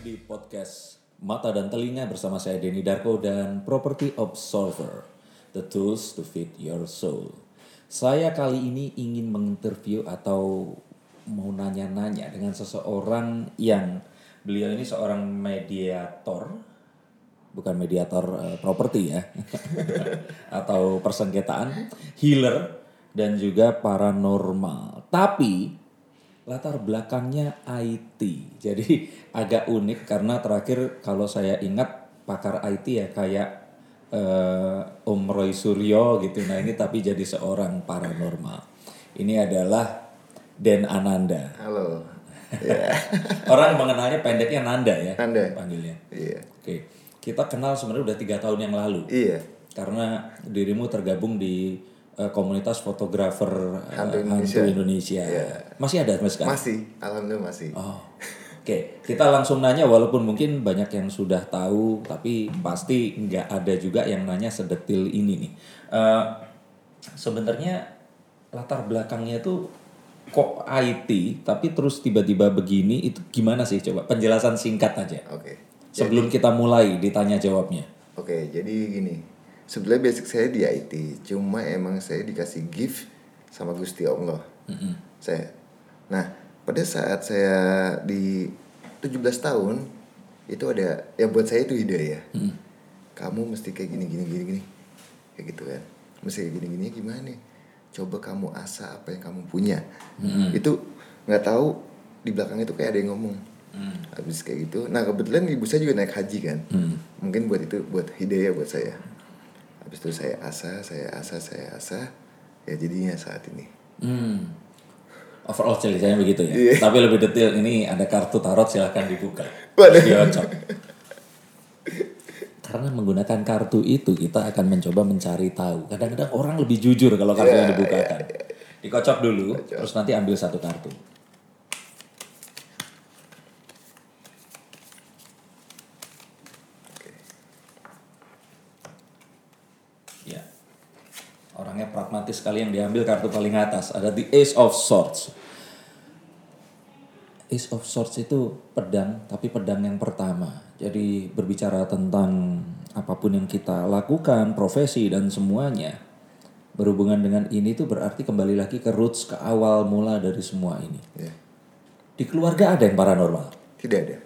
di podcast Mata dan Telinga bersama saya Denny Darko dan Property Observer, the tools to feed your soul. Saya kali ini ingin menginterview atau mau nanya-nanya dengan seseorang yang beliau ini seorang mediator, bukan mediator properti ya, atau persengketaan, healer dan juga paranormal. Tapi latar belakangnya IT. Jadi agak unik karena terakhir kalau saya ingat pakar IT ya kayak Om Roy Suryo gitu. Nah ini tapi jadi seorang paranormal. Ini adalah Den Ananda. Halo. Yeah. Orang mengenalnya pendeknya Nanda ya. Nanda. Panggilnya. Iya. Oke. Kita kenal sebenarnya udah 3 tahun yang lalu. Iya. Karena dirimu tergabung di komunitas fotografer hantu Indonesia. Yeah. Masih ada mas sekarang? Masih, alhamdulillah masih. Oh. Oke, kita langsung nanya walaupun mungkin banyak yang sudah tahu tapi pasti nggak ada juga yang nanya sedetil ini nih. Sebenarnya latar belakangnya tuh kok IT tapi terus tiba-tiba begini itu gimana sih, coba penjelasan singkat aja. Oke. Sebelum kita mulai ditanya jawabnya. Oke, jadi gini. Sebenarnya basic saya di IT, cuma emang saya dikasih gift sama Gusti Allah. Nah, pada saat saya di 17 tahun itu ada yang buat saya itu hidayah. Kamu mesti kayak gini kayak gitu kan. Mesti kayak gini gimana nih? Coba kamu asah apa yang kamu punya. Itu nggak tahu di belakang itu kayak ada yang ngomong. Habis kayak gitu. Nah kebetulan ibu saya juga naik haji kan. Mungkin buat itu buat hidayah buat saya. Habis itu saya asah, ya jadinya saat ini. Overall ceritanya begitu ya. Yeah. Tapi lebih detail ini ada kartu tarot, silahkan dibuka. Waduh. Karena menggunakan kartu itu kita akan mencoba mencari tahu. Kadang-kadang orang lebih jujur kalau kartunya dibukakan. Dikocok dulu, terus nanti ambil satu kartu. Ya, orangnya pragmatis sekali yang diambil kartu paling atas. Ada the Ace of Swords. Ace of Swords itu pedang, tapi pedang yang pertama. Jadi berbicara tentang apapun yang kita lakukan, profesi dan semuanya. Berhubungan dengan ini tuh berarti kembali lagi ke roots, ke awal mula dari semua ini. Yeah. Di keluarga ada yang paranormal? Tidak ada.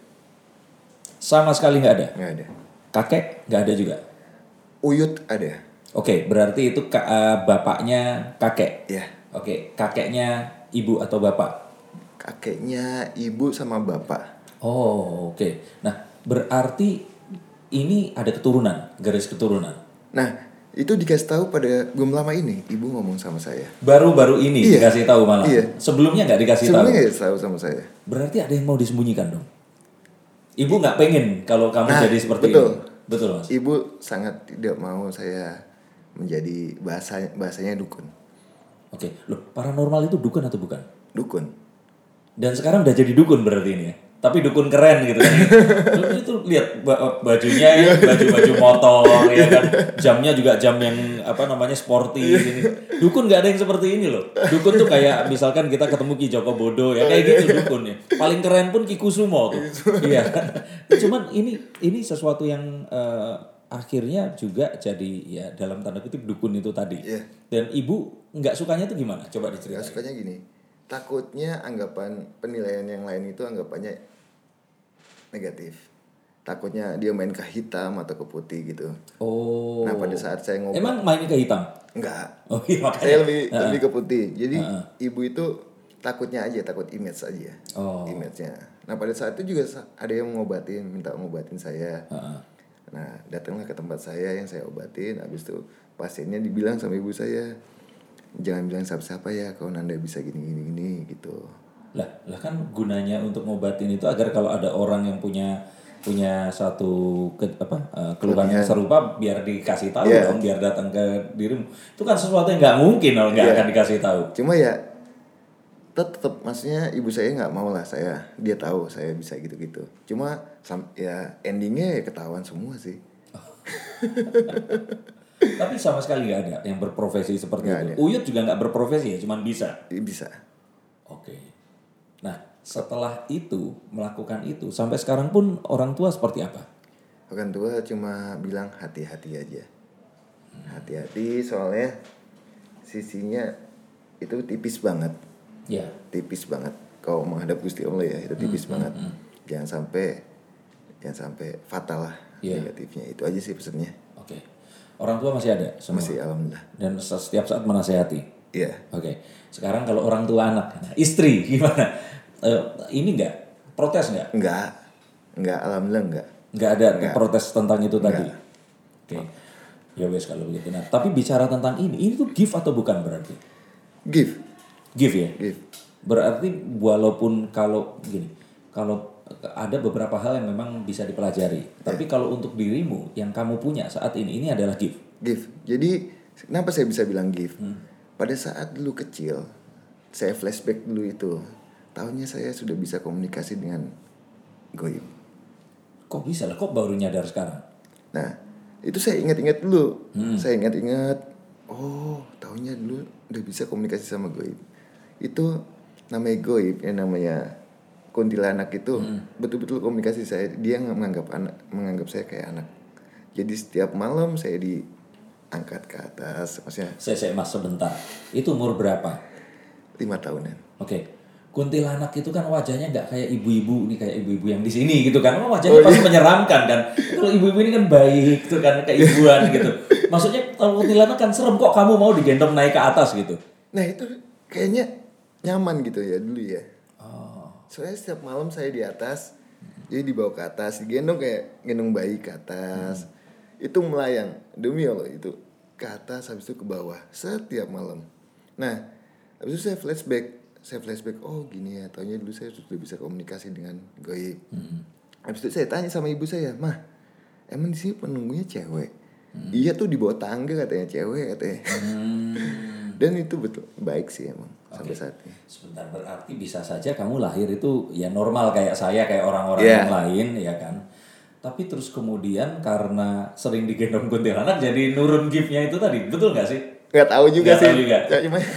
Sama sekali nggak ada? Nggak ada. Kakek nggak ada juga? Uyut ada. Oke, berarti itu bapaknya kakek? Ya. Oke, kakeknya ibu atau bapak? Kakeknya ibu sama bapak. Oh, oke. Nah, berarti ini ada keturunan, garis keturunan. Nah, itu dikasih tahu pada belum lama ini, ibu ngomong sama saya. Baru-baru ini dikasih tahu malah. Iya. Sebelumnya nggak dikasih tahu. Sebelumnya nggak dikasih tahu sama saya. Berarti ada yang mau disembunyikan dong. Ibu nggak pengen kalau kamu jadi seperti betul. ini. Betul, Mas. Ibu sangat tidak mau saya menjadi bahasanya dukun. Oke, loh, paranormal itu dukun atau bukan? Dukun. Dan sekarang udah jadi dukun berarti ini ya. Tapi dukun keren gitu kan. Itu lihat bajunya ya, baju motor ya kan. Jamnya juga jam yang sporty gini. Dukun enggak ada yang seperti ini loh. Dukun tuh kayak misalkan kita ketemu Ki Joko Bodo ya kayak gitu dukunnya. Paling keren pun Ki Kusumo tuh. Iya. Cuman ini sesuatu yang akhirnya juga jadi ya dalam tanda kutip dukun itu tadi. Yeah. Dan ibu enggak sukanya tuh gimana? Coba diceritain. Enggak sukanya gini. Takutnya anggapan penilaian yang lain itu anggapannya negatif. Takutnya dia main ke hitam atau ke putih gitu. Oh. Nah pada saat saya ngobrol. Emang mainnya ke hitam? Enggak. Oh iya makanya. Saya lebih ke putih. Jadi ibu itu takutnya aja, takut image aja. Oh. Image-nya. Nah pada saat itu juga ada yang minta ngobatin saya. Nah datanglah ke tempat saya yang saya obatin. Habis itu pasiennya dibilang sama ibu saya, jangan bilang siapa-siapa ya kalau Nanda bisa gini gitu. Lah kan gunanya untuk ngobatin itu agar kalau ada orang yang punya satu keluhan yang serupa biar dikasih tahu dong, biar datang ke dirimu. Itu kan sesuatu yang nggak mungkin kalau nggak akan dikasih tahu. Cuma ya tetap maksudnya ibu saya nggak mau lah dia tahu saya bisa gitu. Cuma ya endingnya ya ketahuan semua sih. Tapi sama sekali nggak ada yang berprofesi seperti gak itu. Ada. Uyut juga nggak berprofesi ya, cuman bisa. Bisa. Oke. Nah, setelah itu melakukan itu sampai sekarang pun orang tua seperti apa? Orang tua cuma bilang hati-hati aja. Hati-hati soalnya sisinya itu tipis banget. Ya. Tipis banget. Kalau menghadap Gusti Allah ya itu tipis banget. Jangan sampai fatal lah negatifnya. Itu aja sih pesannya. Oke. Orang tua masih ada semua? Masih, alhamdulillah. Dan setiap saat menasehati? Iya. Oke. Sekarang kalau orang tua anak, istri gimana? Ini enggak? Protes enggak? Enggak, alhamdulillah enggak. Enggak ada protes tentang itu tadi? Enggak. Oke. Ya wes kalau begitu. Nah, tapi bicara tentang ini tuh gift atau bukan berarti? Give ya? Give. Berarti walaupun kalau ada beberapa hal yang memang bisa dipelajari. Tapi kalau untuk dirimu yang kamu punya saat ini adalah gift. Give. Jadi kenapa saya bisa bilang give? Pada saat dulu kecil, saya flashback dulu itu. Tahunnya saya sudah bisa komunikasi dengan goib. Kok bisa lah? Kok baru nyadar sekarang? Nah, itu saya ingat-ingat dulu. Saya ingat-ingat, oh tahunnya dulu udah bisa komunikasi sama goib. Itu namanya goib, yang namanya kuntilanak itu betul-betul komunikasi saya. Dia menganggap saya kayak anak. Jadi setiap malam saya diangkat ke atas, maksudnya. Saya mas sebentar. Itu umur berapa? 5 tahunan. Oke. Kuntilanak itu kan wajahnya nggak kayak ibu-ibu, nih kayak ibu-ibu yang di sini gitu kan. Wajahnya pasti menyeramkan kan. Kalau ibu-ibu ini kan baik gitu kan, keibuan gitu. Maksudnya kalau kuntilanak kan serem, kok kamu mau digendong naik ke atas gitu. Nah itu kayaknya nyaman gitu ya dulu ya. Soalnya setiap malam saya di atas, jadi dibawa ke atas, digendong kayak gendong bayi ke atas. Itu melayang, demi Allah itu ke atas, habis itu ke bawah setiap malam. Nah, habis itu saya flashback, oh gini ya, taunya dulu saya sudah bisa komunikasi dengan goib. Habis itu saya tanya sama ibu saya, "Mah, emang di sini penunggunya cewek?" Iya tuh di bawah tangga katanya cewek katanya. Dan itu betul baik sih emang sampai saat ini. Sebentar, berarti bisa saja kamu lahir itu ya normal kayak saya, kayak orang-orang yang lain ya kan. Tapi terus kemudian karena sering digendong kuntilanak jadi nurun gift-nya itu tadi, betul nggak sih? Nggak tahu juga Nggak sih. tahu juga.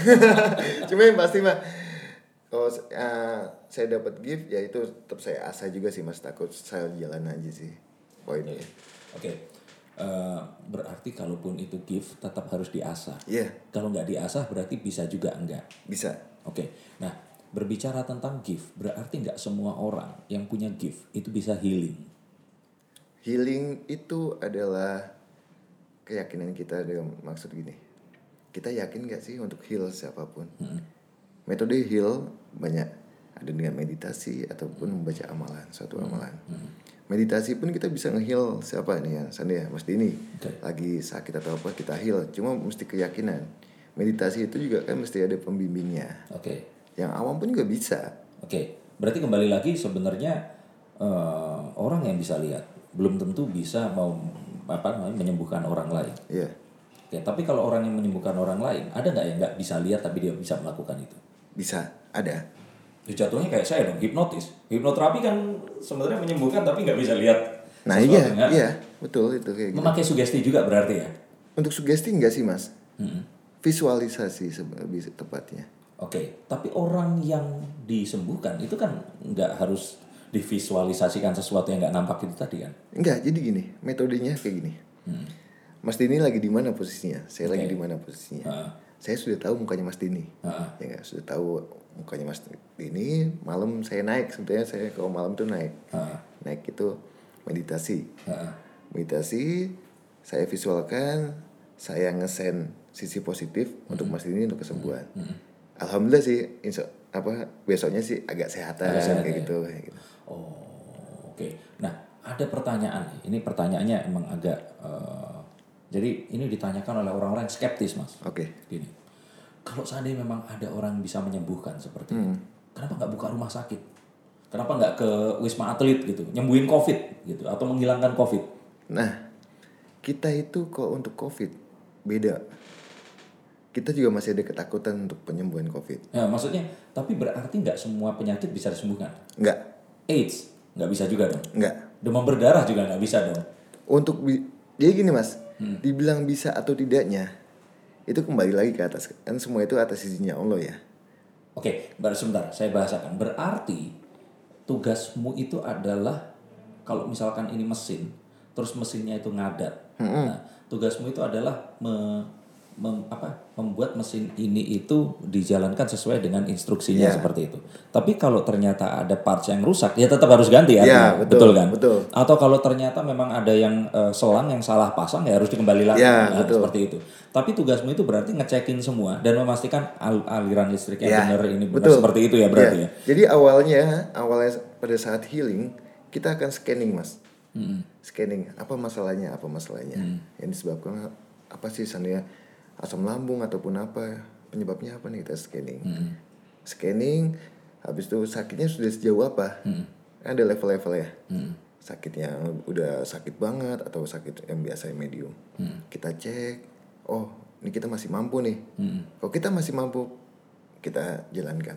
Cuma yang pasti mah kalau saya dapat gift ya itu tetap saya asah juga sih mas, takut saya jalan aja sih poinnya. Oke. Berarti kalaupun itu gift tetap harus diasah. Iya. Kalau nggak diasah berarti bisa juga enggak. Bisa. Oke. Nah, berbicara tentang gift berarti nggak semua orang yang punya gift itu bisa healing. Healing itu adalah keyakinan kita, dalam maksud gini. Kita yakin gak sih untuk heal siapapun? Metode heal banyak, ada dengan meditasi ataupun membaca amalan, suatu amalan. Meditasi pun kita bisa nge-heal siapa nih ya, Sandi ya, Mas Dini. Lagi sakit atau apa kita heal, cuma mesti keyakinan. Meditasi itu juga kan mesti ada pembimbingnya. Yang awam pun juga bisa. Berarti kembali lagi sebenarnya orang yang bisa lihat belum tentu bisa menyembuhkan orang lain. Iya. Tapi kalau orang yang menyembuhkan orang lain, ada nggak yang nggak bisa lihat tapi dia bisa melakukan itu? Bisa, ada. Jatuhnya kayak saya dong, hipnotis. Hipnoterapi kan sebenarnya menyembuhkan tapi nggak bisa lihat. Nah iya, betul itu kayak gitu. Memakai sugesti juga berarti ya? Untuk sugesti enggak sih mas? Visualisasi lebih tepatnya. Tapi orang yang disembuhkan itu kan nggak harus divisualisasikan sesuatu yang nggak nampak itu tadi kan? Enggak, jadi gini, metodenya kayak gini. Mas Dini lagi di mana posisinya? Saya lagi di mana posisinya? Saya sudah tahu mukanya Mas Dini. Ya enggak, sudah tahu mukanya Mas Dini. Malam saya naik, sebetulnya saya kalau malam tuh naik. Naik itu meditasi. Meditasi, saya visualkan, saya ngesen sisi positif untuk Mas Dini untuk kesembuhan. Alhamdulillah sih, besoknya sih agak sehatan kayak gitu. Nah, ada pertanyaan. Ini pertanyaannya emang agak jadi ini ditanyakan oleh orang-orang yang skeptis, Mas. Gini. Kalau seandainya memang ada orang yang bisa menyembuhkan seperti itu, kenapa nggak buka rumah sakit? Kenapa nggak ke Wisma Atlet gitu, nyembuhin COVID gitu, atau menghilangkan COVID? Nah, kita itu kalau untuk COVID beda. Kita juga masih ada ketakutan untuk penyembuhan COVID. Ya, maksudnya, tapi berarti nggak semua penyakit bisa disembuhkan? Nggak. AIDS nggak bisa juga dong? Nggak. Demam berdarah juga nggak bisa dong? Jadi gini mas, dibilang bisa atau tidaknya, itu kembali lagi ke atas. Kan semua itu atas izinnya Allah ya. Oke, sebentar, saya bahasakan. Berarti tugasmu itu adalah kalau misalkan ini mesin, terus mesinnya itu ngadat. Nah, tugasmu itu adalah membuat mesin ini itu dijalankan sesuai dengan instruksinya Ya. seperti itu. Tapi kalau ternyata ada parts yang rusak, ya tetap harus ganti Ya, artinya. betul, kan? betul. Atau kalau ternyata memang ada yang selang yang salah pasang, ya harus dikembali lagi. Ya, Nah, betul. seperti itu. Tapi tugasmu itu berarti ngecekin semua dan memastikan aliran listriknya Ya, benar, ini benar, betul. seperti itu ya berarti ya. Jadi awalnya pada saat healing kita akan scanning, Mas. Scanning apa masalahnya, yang disebabkan apa sih, misalnya asam lambung ataupun apa, penyebabnya apa nih, kita scanning. Scanning, habis itu sakitnya sudah sejauh apa? Ada level-level ya. Sakitnya udah sakit banget atau sakit yang biasa medium. Kita cek, oh ini kita masih mampu nih. Kalau kita masih mampu, kita jalankan.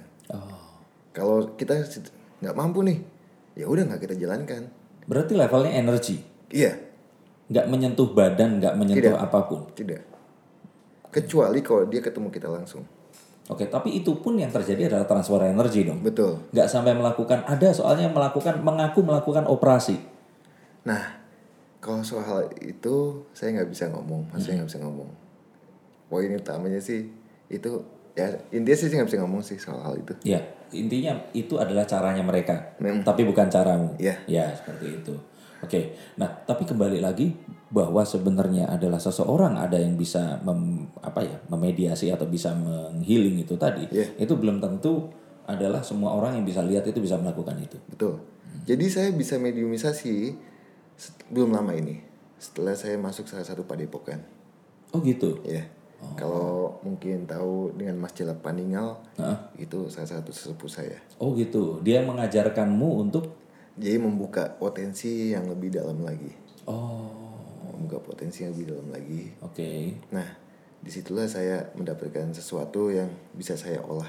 Kalau kita nggak mampu nih, ya udah nggak kita jalankan. Berarti levelnya energi, Iya, nggak menyentuh badan, nggak menyentuh apapun. tidak. Kecuali kalau dia ketemu kita langsung. Oke, tapi itu pun yang terjadi adalah transfer energi dong. Betul. Nggak sampai melakukan, ada soalnya mengaku melakukan operasi. Nah, kalau soal itu saya nggak bisa ngomong, saya nggak bisa ngomong. Poin utamanya sih itu, ya intinya sih nggak bisa ngomong sih soal hal itu. Ya, intinya itu adalah caranya mereka, tapi bukan caramu. Iya. Ya, seperti itu. Oke, nah tapi kembali lagi bahwa sebenarnya adalah seseorang ada yang bisa memediasi atau bisa menghealing itu tadi. Iya. Itu belum tentu adalah semua orang yang bisa lihat itu bisa melakukan itu. Betul. Jadi saya bisa mediumisasi belum lama ini, setelah saya masuk salah satu padepokan. Oh gitu. Ya. Kalau mungkin tahu dengan Mas Jelap Paningal, itu salah satu sesepuh saya. Oh gitu. Dia mengajarkanmu untuk Jadi membuka potensi yang lebih dalam lagi. oh, Membuka potensi yang lebih dalam lagi. oke. Nah, disitulah saya mendapatkan sesuatu yang bisa saya olah.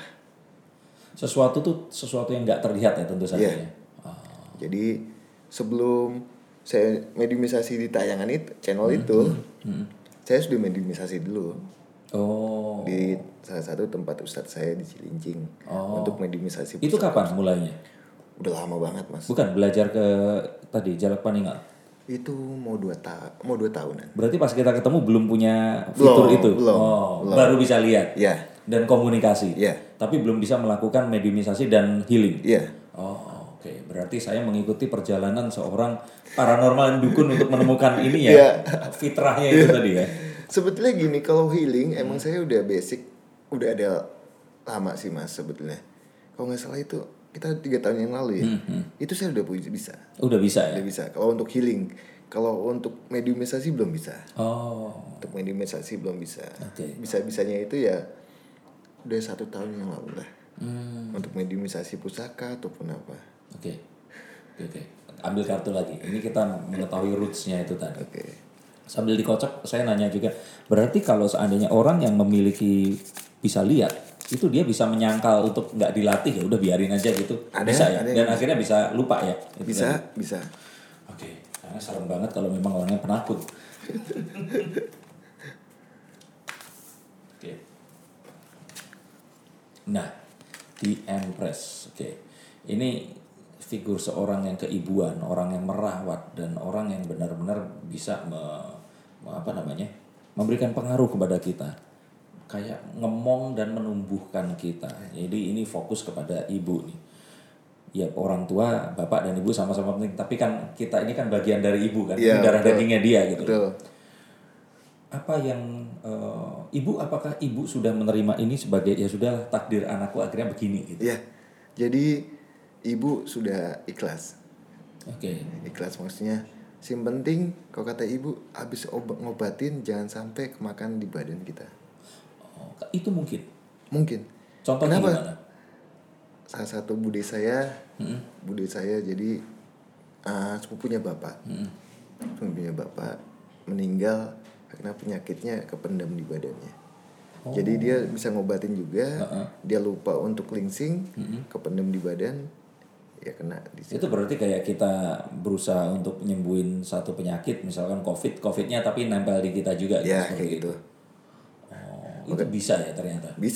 Sesuatu yang nggak terlihat ya tentu saja. Iya. Ya. Jadi sebelum saya mediumisasi di tayangan itu, channel itu, saya sudah mediumisasi dulu Oh. di salah satu tempat ustadz saya di Cilincing untuk mediumisasi. Itu kapan mulainya? Udah lama banget, Mas. Bukan belajar ke tadi Jalak Paningal. Itu mau 2 tahunan. Berarti pas kita ketemu belum punya fitur itu. Belum. Baru bisa lihat. Iya. Dan komunikasi. Iya. Tapi belum bisa melakukan mediumisasi dan healing. Iya. Oh, oke. Berarti saya mengikuti perjalanan seorang paranormal dukun untuk menemukan ini ya. Iya. Fitrahnya itu tadi ya. Sebetulnya gini, kalau healing emang saya udah basic, udah ada lama sih, Mas, sebetulnya. Kalau nggak salah itu kita 3 tahun yang lalu ya. Itu saya udah bisa. Udah bisa ya. Udah bisa. Kalau untuk healing, kalau untuk mediumisasi belum bisa. Oh. Untuk mediumisasi belum bisa. Oke. Bisa-bisanya itu ya udah 1 tahun yang lalu lah. Untuk mediumisasi pusaka ataupun apa. Oke. Ambil kartu lagi. Ini kita mengetahui rootsnya itu tadi. Oke. Sambil dikocok, saya nanya juga. Berarti kalau seandainya orang yang memiliki bisa lihat, itu dia bisa menyangkal untuk nggak dilatih, ya udah biarin aja gitu. Bisa ya. Dan akhirnya bisa lupa ya. Itu Bisa, tadi. bisa. Oke. Karena serem banget kalau memang orangnya penakut. Oke. Nah, di Empress. Oke. Ini figur seorang yang keibuan, orang yang merawat dan orang yang benar-benar bisa memberikan pengaruh kepada kita. Kayak ngemong dan menumbuhkan kita. Jadi ini fokus kepada ibu nih. Ya orang tua, bapak dan ibu sama-sama penting. Tapi kan kita ini kan bagian dari ibu kan. Iya, Ini darah betul. dagingnya dia gitu. Betul. Apa yang apakah ibu sudah menerima ini sebagai ya sudah takdir anakku akhirnya begini gitu. Ya. Jadi ibu sudah ikhlas. Oke. Ikhlas maksudnya yang penting kalau kata ibu habis ngobatin jangan sampai kemakan di badan kita. Oh, itu mungkin. Mungkin. Contohnya Kenapa? gimana? Salah satu bude saya jadi sepupunya bapak. Sepupunya bapak meninggal karena penyakitnya kependam di badannya. Jadi dia bisa ngobatin juga, dia lupa untuk cleansing, kependam di badan, ya kena di situ. Itu berarti kayak kita berusaha untuk nyembuhin satu penyakit, misalkan COVID-nya tapi nempel di kita juga Ya seperti kayak gitu. Oh, itu bisa ya ternyata. Bisa.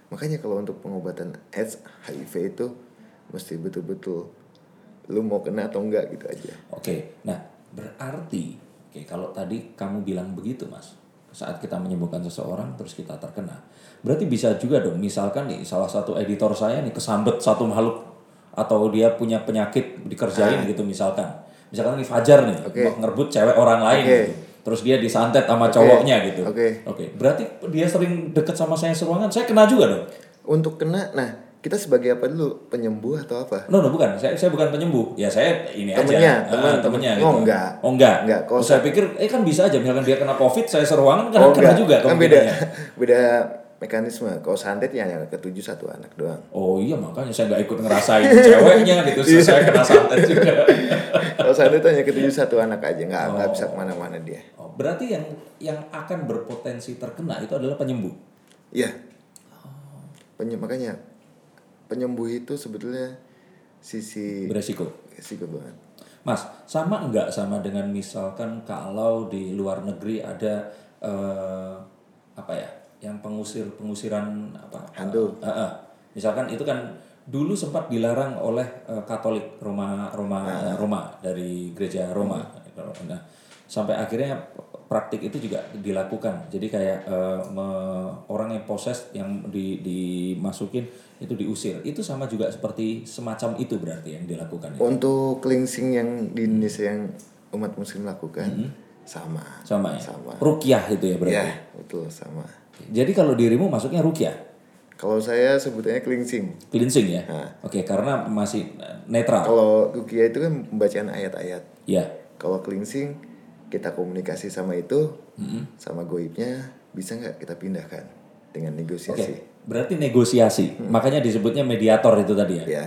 Makanya kalau untuk pengobatan AIDS, HIV itu mesti betul-betul lu mau kena atau enggak gitu aja. Oke, nah berarti kalau tadi kamu bilang begitu Mas, saat kita menyembuhkan seseorang terus kita terkena, berarti bisa juga dong, misalkan nih salah satu editor saya nih kesambet satu makhluk atau dia punya penyakit dikerjain gitu misalkan nih Fajar nih ngerebut cewek orang lain gitu. Terus dia disantet sama cowoknya gitu. Oke. Berarti dia sering deket sama saya seruangan, saya kena juga dong. Untuk kena, nah kita sebagai apa dulu, penyembuh atau apa? No, bukan. Saya bukan penyembuh. Ya saya ini temennya, aja. Temennya gitu. Oh enggak. Kalau saya pikir kan bisa aja misalkan dia kena COVID, saya seruangan kena juga. Kan beda mekanisme. Kalau santet ya ketujuh satu anak doang. Oh iya, makanya saya nggak ikut ngerasain ceweknya gitu. Saya kena santet juga. Kalau santet hanya ketujuh satu anak aja, nggak bisa kemana-mana dia. Oh, berarti yang akan berpotensi terkena itu adalah penyembuh. Iya. Makanya penyembuh itu sebetulnya sisi beresiko banget. Mas, sama enggak sama dengan misalkan kalau di luar negeri ada yang pengusiran hantu. Misalkan itu kan dulu sempat dilarang oleh Katolik Roma dari gereja Roma. Nah, sampai akhirnya praktik itu juga dilakukan. Jadi kayak orang yang poses yang dimasukin itu diusir. Itu sama juga seperti semacam itu berarti yang dilakukan. Untuk cleansing yang di Indonesia yang umat Muslim lakukan sama ya. Ruqyah itu ya berarti. Iya, betul sama. Jadi kalau dirimu masuknya ruqyah. Kalau saya sebutnya cleansing. Cleansing ya. Oke, karena masih netral. Kalau ruqyah itu kan pembacaan ayat-ayat. Iya. Kalau cleansing kita komunikasi sama itu, sama goibnya, bisa nggak kita pindahkan dengan negosiasi? Oke, berarti negosiasi. Makanya disebutnya mediator itu tadi ya? Iya.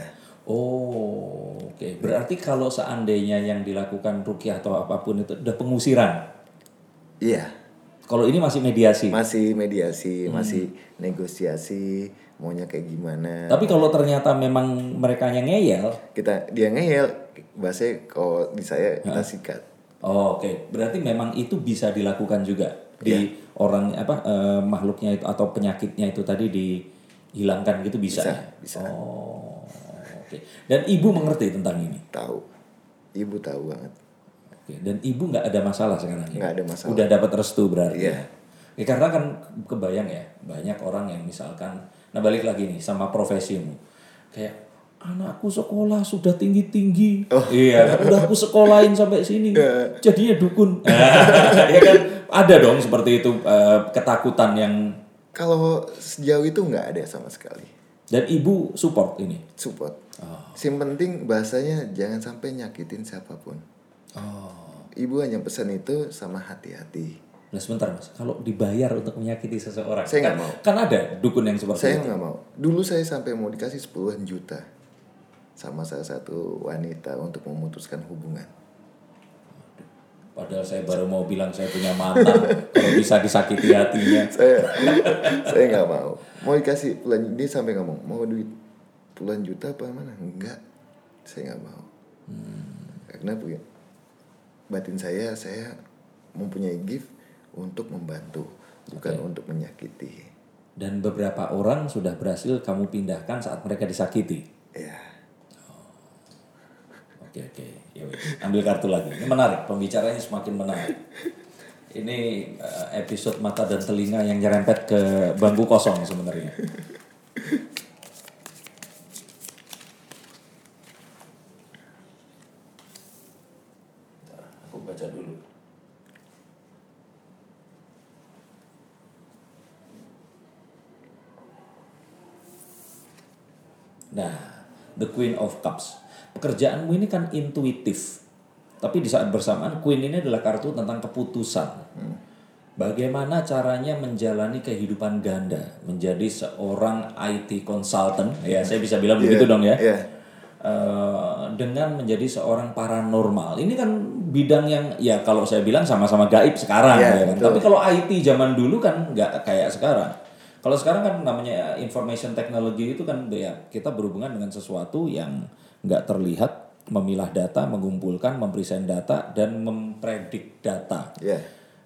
Oh, oke. Berarti kalau seandainya yang dilakukan ruqyah atau apapun itu udah pengusiran? Iya. Kalau ini masih mediasi? Masih mediasi, masih negosiasi, maunya kayak gimana. Tapi kalau ternyata memang mereka yang ngeyel? Dia ngeyel, bahasanya kalau di saya kita sikat. Oh, oke. Berarti memang itu bisa dilakukan juga di orang makhluknya itu atau penyakitnya itu tadi dihilangkan gitu bisa ya? Bisa. Oh, oke. Dan ibu mengerti tentang ini? Tahu. Ibu tahu banget. Oke. Dan ibu nggak ada masalah sekarang? Nggak ada masalah. Udah dapat restu berarti? Iya. Ya, karena kan kebayang ya banyak orang yang misalkan, nah balik lagi nih sama profesimu, kayak anakku sekolah sudah tinggi-tinggi, iya, udah aku sekolahin sampai sini, jadinya dukun, ya kan ada dong seperti itu ketakutan yang. Kalau sejauh itu nggak ada sama sekali. Dan ibu support ini? Support. Yang penting bahasanya jangan sampai nyakitin siapapun. Ibu hanya pesan itu sama hati-hati. Nah sebentar Mas, kalau dibayar untuk menyakiti seseorang, saya nggak mau. Kan ada dukun yang seperti saya itu. Saya nggak mau. Dulu saya sampai mau dikasih 10 juta sama salah satu wanita untuk memutuskan hubungan. Padahal saya baru mau bilang saya punya mantan, kalau bisa disakiti hatinya. saya nggak mau. Mau dikasih puluhan, dia sampai ngomong mau duit puluhan juta apa mana? Enggak, saya nggak mau. Karena batin saya mempunyai gift untuk membantu, bukan untuk menyakiti. Dan beberapa orang sudah berhasil kamu pindahkan saat mereka disakiti. Iya. Oke. Ya, ambil kartu lagi. Ini menarik, pembicaranya semakin menarik. Ini episode mata dan telinga yang nyerempet ke bangku kosong sebenarnya. Aku baca dulu. Nah, The Queen of Cups. Pekerjaanmu ini kan intuitif. Tapi di saat bersamaan Queen ini adalah kartu tentang keputusan. Bagaimana caranya menjalani kehidupan ganda, menjadi seorang IT consultant, ya saya bisa bilang begitu dong ya. Dengan menjadi seorang paranormal. Ini kan bidang yang ya kalau saya bilang sama-sama gaib sekarang ya kan. Tapi kalau IT zaman dulu kan nggak kayak sekarang. Kalau sekarang kan namanya information technology itu kan ya kita berhubungan dengan sesuatu yang nggak terlihat, memilah data, mengumpulkan, mempresent data dan mempredik data.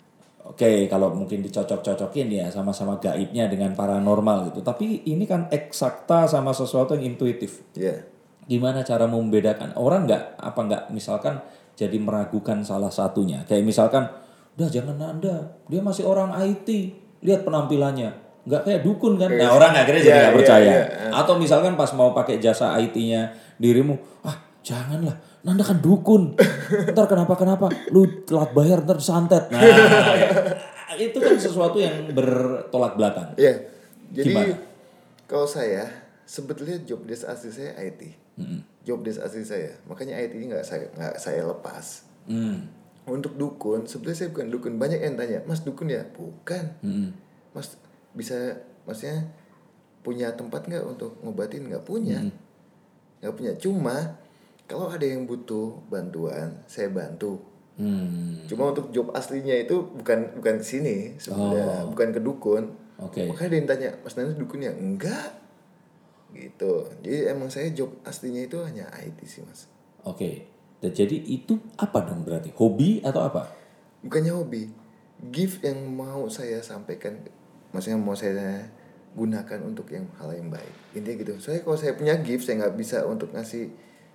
Oke, kalau mungkin dicocok-cocokin ya sama-sama gaibnya dengan paranormal gitu. Tapi ini kan eksakta sama sesuatu yang intuitif. Ya. Gimana cara membedakan? Orang nggak misalkan jadi meragukan salah satunya. Kayak misalkan, udah jangan Anda, dia masih orang IT, lihat penampilannya. Nggak kayak dukun kan? Nah orang akhirnya jadi nggak percaya. Atau misalkan pas mau pakai jasa IT-nya dirimu, janganlah, Nanda kan dukun. Ntar kenapa-kenapa, lu telat bayar ntar santet. Nah itu kan sesuatu yang bertolak belakang. Iya. Jadi Gimana? kalau saya sebetulnya job desk asli saya IT. Job desk asli saya. Makanya IT ini nggak saya lepas. Untuk dukun, sebetulnya saya bukan dukun. Banyak yang tanya, Mas dukun ya? Bukan. Mas bisa, maksudnya punya tempat nggak untuk ngobatin? Nggak punya. Nggak punya. Cuma kalau ada yang butuh bantuan, saya bantu. Cuma untuk job aslinya itu bukan ke sini sebenarnya, bukan ke dukun. Makanya ada yang tanya, Mas Nanda dukun ya? Enggak. Gitu. Jadi emang saya job aslinya itu hanya IT sih, Mas. Dan jadi itu apa dong berarti? Hobi atau apa? Bukannya hobi. Gift yang mau saya sampaikan, maksudnya mau saya gunakan untuk hal yang baik. Intinya gitu. Soalnya kalau saya punya gift, saya nggak bisa untuk ngasih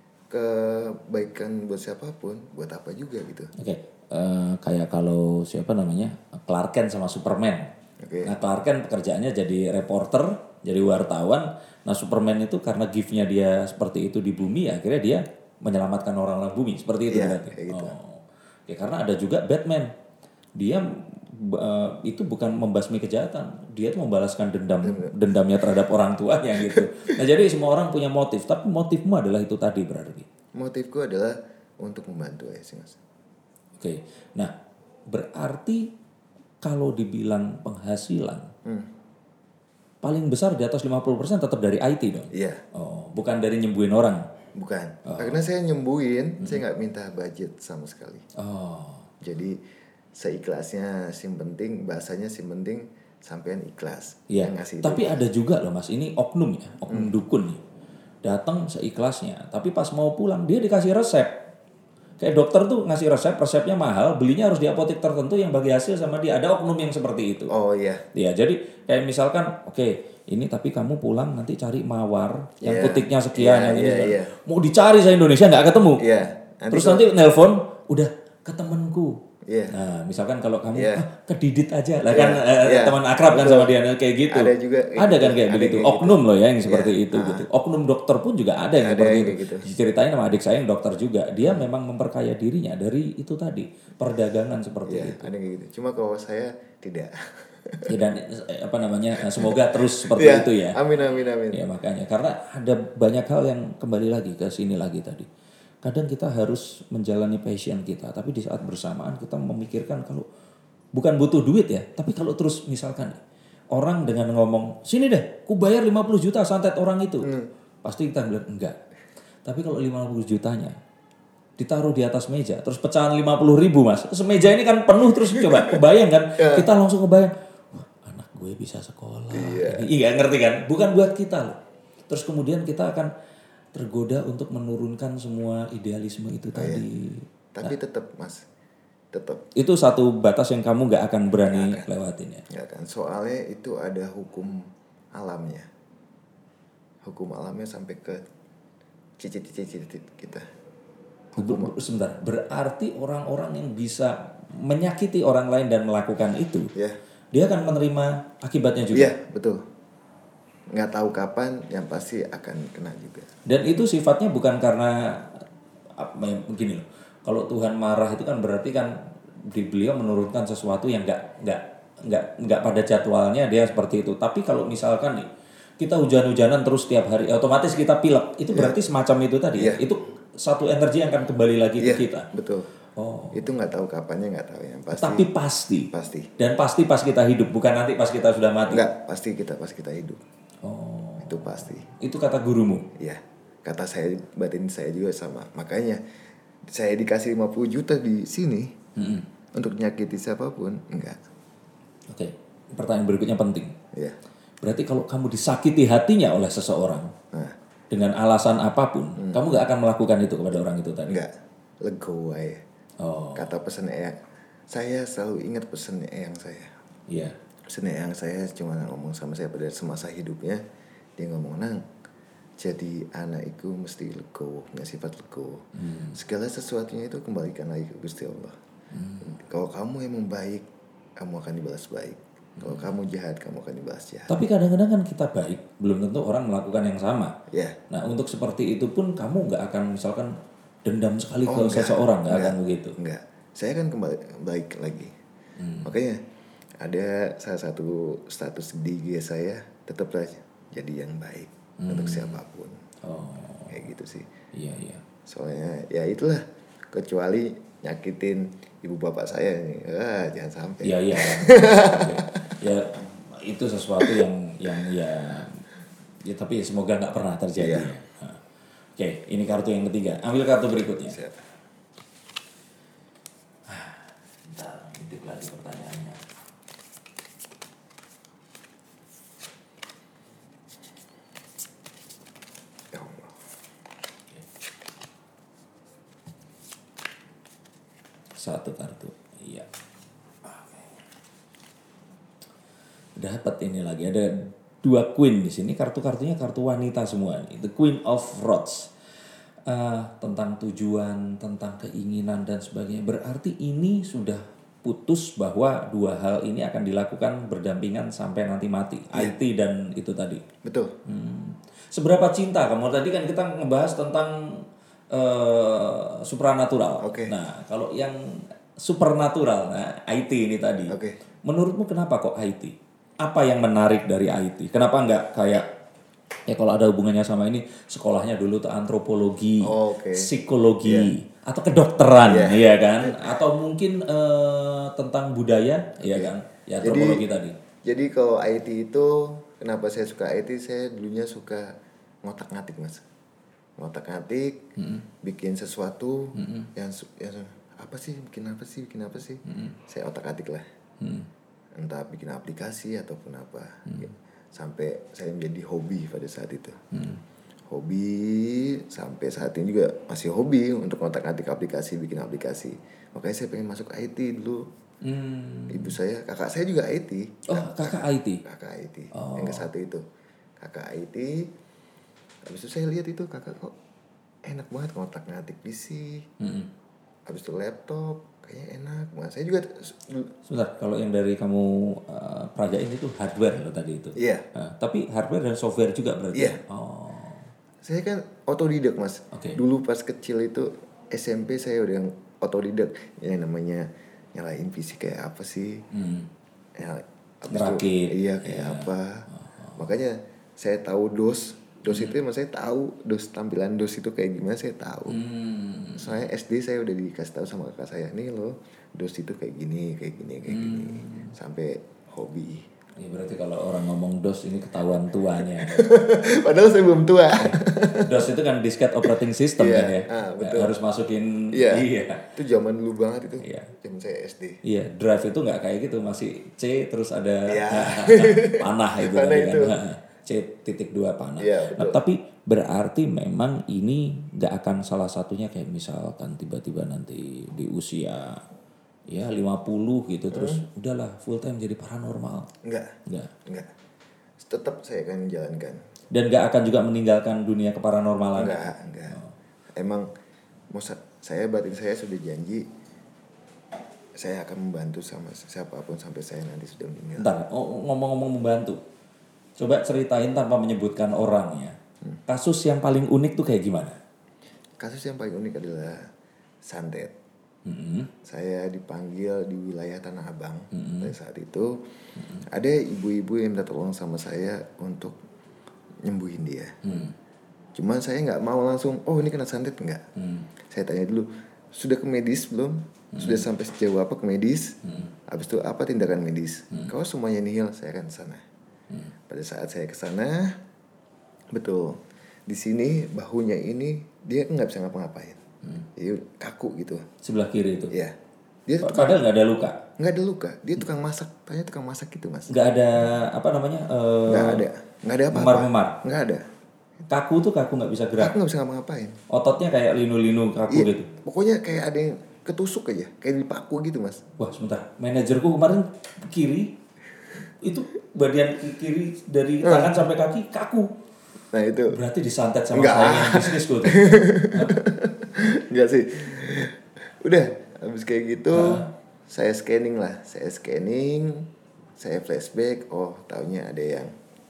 kebaikan buat siapapun, buat apa juga gitu. Kayak kalau siapa namanya, Clark Kent sama Superman. Nah Clark Kent pekerjaannya jadi reporter, jadi wartawan. Nah Superman itu karena gift-nya dia seperti itu di bumi, akhirnya dia menyelamatkan orang-orang bumi. Seperti itu berarti. Gitu. Karena ada juga Batman. Dia itu bukan membasmi kejahatan, dia itu membalaskan dendamnya terhadap orang tuanya gitu. Nah jadi semua orang punya motif, tapi motifmu adalah itu tadi berarti. Motifku adalah untuk membantu ya sih, Mas. Nah berarti kalau dibilang penghasilan paling besar di atas 50% tetap dari IT dong? Iya. Bukan dari nyembuhin orang? Bukan. Karena saya nyembuhin, saya nggak minta budget sama sekali. Jadi seikhlasnya, sim penting bahasanya sim penting sampean ikhlas. Iya. Tapi ada juga loh Mas, ini oknum ya, oknum dukun nih. Datang seikhlasnya, tapi pas mau pulang dia dikasih resep. Kayak dokter tuh ngasih resepnya mahal, belinya harus di apotek tertentu yang bagi hasil sama dia. Ada oknum yang seperti itu. Oh iya. Iya, jadi kayak misalkan, ini tapi kamu pulang nanti cari mawar yang putiknya sekian, yang ini. Mau dicari se Indonesia nggak ketemu. Iya. Terus nanti nelpon, udah ke temenku. Iya. Nah, misalkan kalau kamu ke Didit aja lah kan teman akrab kan sama dia kayak gitu. Ada juga. Ada kan kayak begitu. Oknum loh ya yang seperti itu gitu. Oknum dokter pun juga ada yang seperti itu. Gitu. Diceritain sama adik saya yang dokter juga. Dia memang memperkaya dirinya dari itu tadi, perdagangan seperti itu. Ada kayak gitu. Cuma kalau saya tidak. Dan semoga terus seperti itu ya. Amin. Ya makanya karena ada banyak hal yang kembali lagi ke sini lagi tadi. Kadang kita harus menjalani passion kita, tapi di saat bersamaan kita memikirkan kalau bukan butuh duit ya, tapi kalau terus misalkan orang dengan ngomong, sini deh, ku bayar 50 juta santet orang itu. Pasti kita bilang enggak. Tapi kalau 50 jutanya ditaruh di atas meja, terus pecahan 50.000 Mas. Semeja ini kan penuh terus coba, kebayang kan? Kita langsung kebayang, wah anak gue bisa sekolah. Iya ngerti kan? Bukan buat kita loh. Terus kemudian kita akan tergoda untuk menurunkan semua idealisme itu tadi. Tapi tetap Mas, tetap. Itu satu batas yang kamu nggak akan berani lewatin ya? Nggak akan. Soalnya itu ada hukum alamnya. Hukum alamnya sampai ke cicit-cicit kita. Sebentar, berarti orang-orang yang bisa menyakiti orang lain dan melakukan itu, dia akan menerima akibatnya juga? Iya, betul. Nggak tahu kapan, yang pasti akan kena juga. Dan itu sifatnya bukan karena begini loh. Kalau Tuhan marah itu kan berarti kan beliau menurunkan sesuatu yang nggak pada jadwalnya dia seperti itu. Tapi kalau misalkan nih kita hujan-hujanan terus setiap hari, otomatis kita pilek. Itu berarti semacam itu tadi. Itu satu energi yang akan kembali lagi ke kita. Betul. Itu nggak tahu kapannya, nggak tahu yang pasti. Tapi pasti. Dan pasti pas kita hidup, bukan nanti pas kita sudah mati. Enggak, pasti pas kita hidup. Itu pasti. Itu kata gurumu? Iya. Kata saya, batin saya juga sama. Makanya saya dikasih 50 juta di sini untuk nyakiti siapapun, enggak. Pertanyaan berikutnya penting. Iya. Berarti kalau kamu disakiti hatinya oleh seseorang dengan alasan apapun, kamu gak akan melakukan itu kepada orang itu tadi? Enggak. Let go aja. Kata pesan Saya selalu ingat pesannya eyang saya. Iya. Pesannya eyang saya cuma ngomong sama saya pada semasa hidupnya. Dia ngomong, Nang, jadi anak itu mesti legowo, punya sifat legowo. Segala sesuatunya itu kembalikan lagi ke Gusti Allah. Kalau kamu emang baik, kamu akan dibalas baik. Kalau kamu jahat, kamu akan dibalas jahat. Tapi kadang-kadang kan kita baik, belum tentu orang melakukan yang sama. Ya. Nah untuk seperti itu pun kamu nggak akan misalkan dendam sekali ke enggak, seseorang, nggak akan begitu. Enggak, saya kan kembali baik lagi. Makanya ada salah satu status di IG saya, tetaplah jadi yang baik untuk siapapun. Kayak gitu sih. Iya. Soalnya ya itulah, kecuali nyakitin ibu bapak saya nih, jangan sampai. Iya. Ya itu sesuatu yang ya tapi semoga nggak pernah terjadi. Iya. Nah. Oke, ini kartu yang ketiga. Ambil kartu berikutnya. Siap. Bentar, intip lagi pertanyaannya. Ya Allah. Satu kartu. Iya. Dapat ini lagi, ada 2 queen di sini. Kartu-kartunya kartu wanita semua. The Queen of Rods. Tentang tujuan, tentang keinginan dan sebagainya. Berarti ini sudah putus bahwa 2 hal ini akan dilakukan berdampingan sampai nanti mati. IT dan itu tadi. Betul. Seberapa cinta kamu? Tadi kan kita ngebahas tentang supranatural. Oke. Nah, kalau yang supernatural, nah IT ini tadi. Oke. Menurutmu kenapa kok IT? Apa yang menarik dari IT? Kenapa nggak kayak ya kalau ada hubungannya sama ini sekolahnya dulu tuh antropologi, psikologi atau kedokteran, iya kan? Atau mungkin tentang budaya, iya kan? Ya antropologi tadi. Jadi kalau IT itu, kenapa saya suka IT? Saya dulunya suka ngotak-ngatik, Mas. Ngotak-ngatik, bikin sesuatu yang apa sih, bikin apa sih? Saya otak-atik lah. Entah bikin aplikasi ataupun apa. Sampai saya menjadi hobi pada saat itu. Hobi, sampai saat ini juga masih hobi untuk ngotak-ngatik aplikasi, bikin aplikasi. Makanya saya pengen masuk IT dulu. Ibu saya, kakak saya juga IT. Oh, kakak IT? Kakak IT, yang ke satu itu. Kakak IT, habis itu saya lihat itu kakak kok enak banget ngotak-ngatik PC. Habis itu laptop, kayaknya enak banget. Saya juga sebentar, kalau yang dari kamu perajain itu hardware loh tadi itu. Iya. Tapi hardware dan software juga berarti. Iya. Saya kan otodidak, Mas. Dulu pas kecil itu SMP saya udah yang otodidak. Yang namanya nyalain PC kayak apa sih? Ya, Ngerakit. Iya kayak apa? Makanya saya tahu DOS. DOS itu emang saya tahu, DOS tampilan DOS itu kayak gimana saya tahu. Soalnya SD saya udah dikasih tahu sama kakak saya, nih loh DOS itu kayak gini. Sampai hobi. Ya berarti kalau orang ngomong DOS ini ketahuan tuanya. Padahal saya belum tua. DOS itu kan disket operating system kan ya. Betul. Harus masukin. Iya. Itu zaman dulu banget itu. Iya. Zaman saya SD. Iya, drive itu nggak kayak gitu, masih C terus ada panah itu panah tadi itu. kan. C.2 panah. Iya, Nah, tapi berarti memang ini nggak akan salah satunya kayak misalkan tiba-tiba nanti di usia ya 50 gitu terus udahlah full time jadi paranormal. Enggak. Tetap saya akan menjalankan. Dan nggak akan juga meninggalkan dunia keparanormalan. Enggak. Emang saya batin saya sudah janji saya akan membantu sama siapapun sampai saya nanti sudah meninggal. Bentar, ngomong-ngomong membantu. Coba ceritain tanpa menyebutkan orangnya. Kasus yang paling unik tuh kayak gimana? Kasus yang paling unik adalah santet. Saya dipanggil di wilayah Tanah Abang pada saat itu. Ada ibu-ibu yang minta tolong sama saya untuk nyembuhin dia. Cuman saya nggak mau langsung, oh ini kena santet, enggak. Saya tanya dulu, sudah ke medis belum? Sudah sampai sejauh apa ke medis? Habis itu apa tindakan medis? Kalau semuanya nihil, saya akan ke sana. Pada saat saya ke sana, betul. Di sini bahunya ini dia nggak bisa ngapa-ngapain. Jadi kaku gitu. Sebelah kiri itu. Iya. Dia padahal nggak ada luka. Nggak ada luka. Dia tukang masak. Tanya tukang masak gitu, Mas. Nggak ada apa namanya? Nggak ada apa-apa. Memar-memar. Nggak ada. Kaku tuh kaku nggak bisa gerak. Kaku nggak bisa ngapa-ngapain. Ototnya kayak linu-linu kaku gitu. Pokoknya kayak ada yang ketusuk aja, kayak dipaku gitu mas. Wah sebentar, manajerku kemarin kiri itu bagian kiri dari tangan sampai kaki kaku. Nah itu. Berarti disantet sama Enggak. saingan bisnisku tuh. Enggak sih. Udah, habis kayak gitu saya scanning, saya flashback, oh taunya ada yang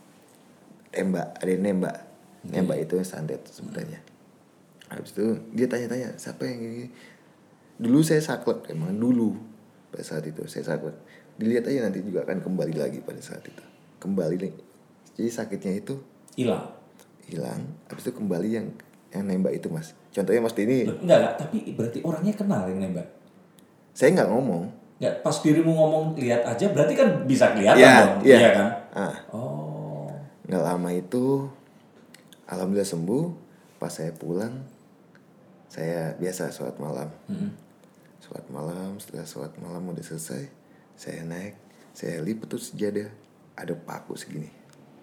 nembak. Nembak itu santet sebenarnya. Habis itu dia tanya-tanya, siapa yang gini? Dulu saya saklek, emang dulu pada saat itu saya saklek. Dilihat aja nanti juga akan kembali lagi pada saat itu. Kembali lagi. Jadi sakitnya itu Hilang. Habis itu kembali yang nembak itu mas. Contohnya mas ini. Enggak, tapi berarti orangnya kenal yang nembak. Saya nggak ngomong. Nggak, pas dirimu ngomong lihat aja, berarti kan bisa kelihatan dong. Iya kan? Oh. Nggak lama itu, alhamdulillah sembuh. Pas saya pulang, saya biasa sholat malam. Sholat malam, setelah sholat malam udah selesai, saya naik, saya lipat tuh sejadah, ada paku segini.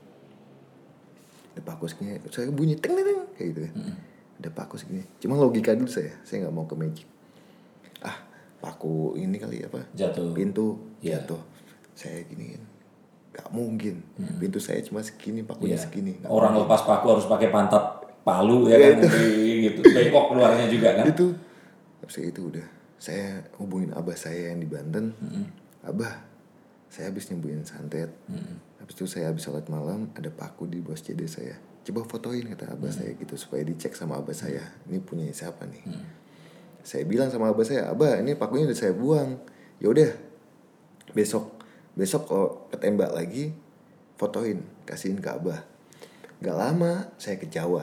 Saya bunyi teng kayak gitu kan. Ada paku segini. Cuma logika dulu saya nggak mau ke magic. Paku ini kali apa? Jatuh. Pintu jatuh. Saya giniin. Gak mungkin. Pintu saya cuma segini, pakunya segini. Orang lepas paku harus pakai pantat palu ya kan, gitu. Bengkok keluarnya juga kan. Itu. Habis itu udah. Saya hubungin abah saya yang di Banten. Abah, saya habis nyembuhin santet. Habis itu saya habis sholat malam, ada paku di bawah sejadah saya. Coba fotoin kata abah saya gitu supaya dicek sama abah saya. Ini punya siapa nih? Saya bilang sama abah saya, abah ini pakunya udah saya buang. Ya udah, besok kalau ketembak lagi, fotoin, kasihin ke abah. Gak lama saya ke Jawa.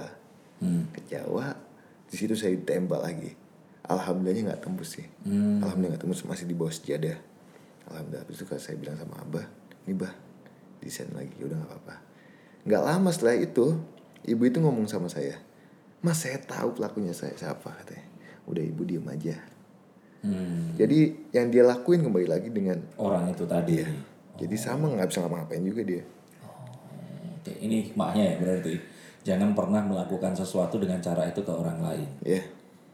Di situ saya ditembak lagi. Alhamdulillahnya nggak tembus sih. Alhamdulillah nggak tembus, masih di bawah sejadah. Alhamdulillah. Habis itu saya bilang sama abah, nih bah, desain lagi, udah nggak apa-apa. Nggak lama setelah itu, ibu itu ngomong sama saya, mas saya tahu pelakunya saya siapa katanya. Udah ibu diem aja. Jadi yang dia lakuin kembali lagi dengan orang itu tadi. Iya. Jadi sama, nggak bisa ngapa-ngapain juga dia. Oke, ini hikmahnya ya berarti. Jangan pernah melakukan sesuatu dengan cara itu ke orang lain. Iya.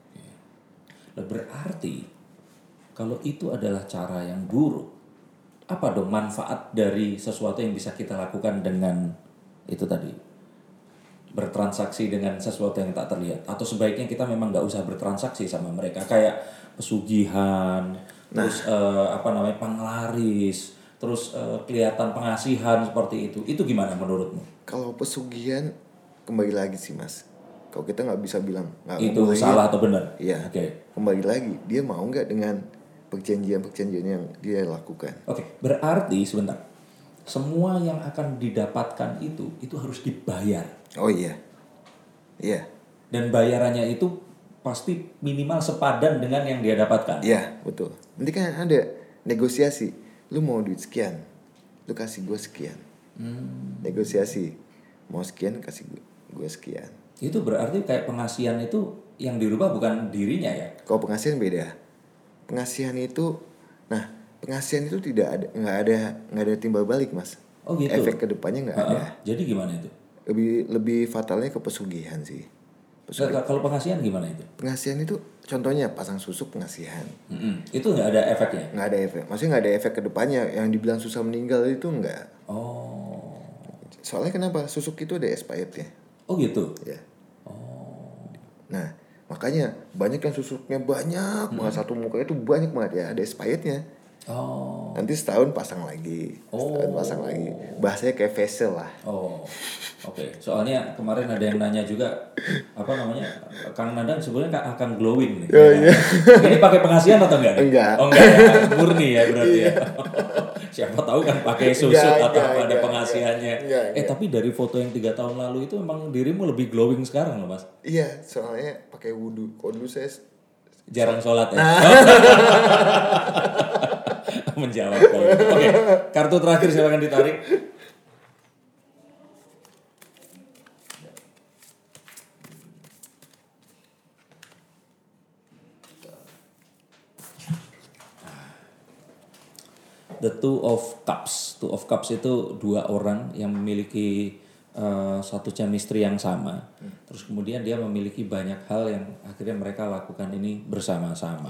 Berarti kalau itu adalah cara yang buruk, apa dong manfaat dari sesuatu yang bisa kita lakukan dengan itu tadi? Bertransaksi dengan sesuatu yang tak terlihat, atau sebaiknya kita memang nggak usah bertransaksi sama mereka, kayak pesugihan, terus penglaris, terus kelihatan pengasihan seperti itu gimana menurutmu? Kalau pesugihan kembali lagi sih mas, kalau kita nggak bisa bilang itu salah atau benar. Iya. Oke. Kembali lagi dia mau nggak dengan perjanjian yang dia lakukan. Oke, berarti sebentar, semua yang akan didapatkan itu harus dibayar. Oh iya. Dan bayarannya itu pasti minimal sepadan dengan yang dia dapatkan. Iya, betul. Nanti kan ada negosiasi. Lu mau duit sekian, lu kasih gue sekian. Negosiasi. Mau sekian, kasih gue sekian. Itu berarti kayak pengasihan itu yang dirubah bukan dirinya ya? Kalau pengasihan beda. Pengasihan itu nggak ada timbal balik mas. Oh gitu. Efek kedepannya nggak ada. Jadi gimana itu? Lebih fatalnya ke pesugihan sih. Kalau pengasihan gimana itu? Pengasihan itu contohnya pasang susuk pengasihan. Itu nggak ada efeknya? Nggak ada efek. Maksudnya nggak ada efek kedepannya. Yang dibilang susah meninggal itu nggak. Oh. Soalnya kenapa? Susuk itu ada expirednya. Oh gitu. Ya. Oh. Nah makanya banyak yang susuknya banyak banget, satu muka itu banyak banget ya, ada expirednya. Oh. Nanti setahun pasang lagi. Bahasanya kayak facial lah. Oh. Oke. Soalnya kemarin ada yang nanya juga Kang Nadang sebenarnya akan glowing nih. Oh, iya. Ini pakai pengasihan atau enggak? Enggak. Oh enggak ya, murni ya berarti ya. Siapa tahu kan pakai susu atau ada pengasihannya. Enggak. Tapi dari foto yang 3 tahun lalu itu emang dirimu lebih glowing sekarang loh mas. Iya, soalnya pakai wudu. Kalau dulu saya jarang sholat ya. Menjawab. Oke, kartu terakhir silakan ditarik. The Two of Cups. Two of Cups itu dua orang yang memiliki satu chemistry yang sama. Terus kemudian dia memiliki banyak hal yang akhirnya mereka lakukan ini bersama-sama.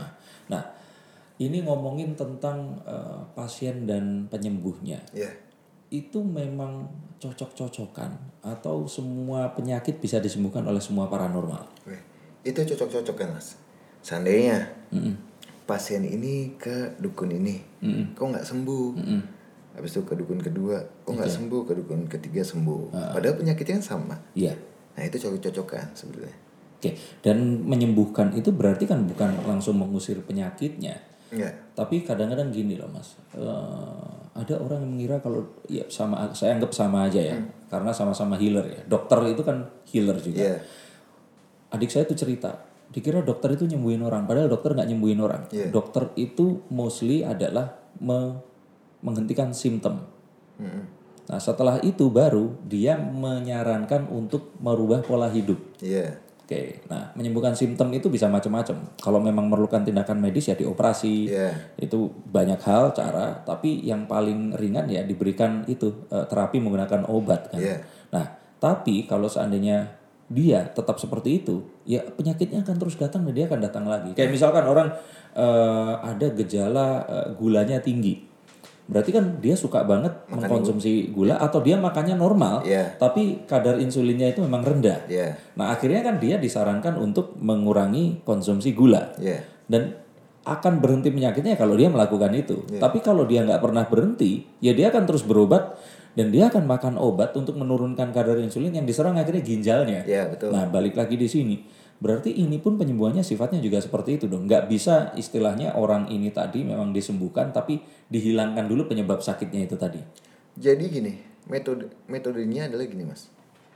Nah, ini ngomongin tentang pasien dan penyembuhnya. Ya. Itu memang cocok-cocokan atau semua penyakit bisa disembuhkan oleh semua paranormal? Weh, itu cocok-cocok kan mas. Seandainya pasien ini ke dukun ini, kok nggak sembuh? Habis itu ke dukun kedua, kok nggak sembuh? Ke dukun ketiga sembuh. Padahal penyakitnya kan sama. Iya. Nah itu cocok-cocokan sebenarnya. Oke, dan menyembuhkan itu berarti kan bukan langsung mengusir penyakitnya. Iya. Tapi kadang-kadang gini loh mas, ada orang yang mengira kalau ya sama, saya anggap sama aja ya, karena sama-sama healer ya. Dokter itu kan healer juga. Iya. Adik saya tuh cerita, dikira dokter itu nyembuhin orang, padahal dokter nggak nyembuhin orang. Iya. Dokter itu mostly adalah menghentikan simptom. Nah setelah itu baru dia menyarankan untuk merubah pola hidup. Iya. Oke, nah menyembuhkan simptom itu bisa macam-macam. Kalau memang memerlukan tindakan medis ya dioperasi. Iya. Itu banyak hal cara, tapi yang paling ringan ya diberikan itu terapi menggunakan obat kan. Iya. Nah, tapi kalau seandainya dia tetap seperti itu, ya penyakitnya akan terus datang dan dia akan datang lagi. Kayak misalkan orang ada gejala gulanya tinggi. Berarti kan dia suka banget mengkonsumsi gula atau dia makannya normal, Iya. tapi kadar insulinnya itu memang rendah. Iya. Nah akhirnya kan dia disarankan untuk mengurangi konsumsi gula. Iya. Dan akan berhenti penyakitnya kalau dia melakukan itu. Tapi kalau dia nggak pernah berhenti, ya dia akan terus berobat dan dia akan makan obat untuk menurunkan kadar insulin yang diserang akhirnya ginjalnya. Iya, betul. Nah balik lagi di sini. Berarti ini pun penyembuhannya sifatnya juga seperti itu dong. Nggak bisa istilahnya orang ini tadi memang disembuhkan tapi dihilangkan dulu penyebab sakitnya itu tadi. Jadi gini, metodenya adalah gini mas.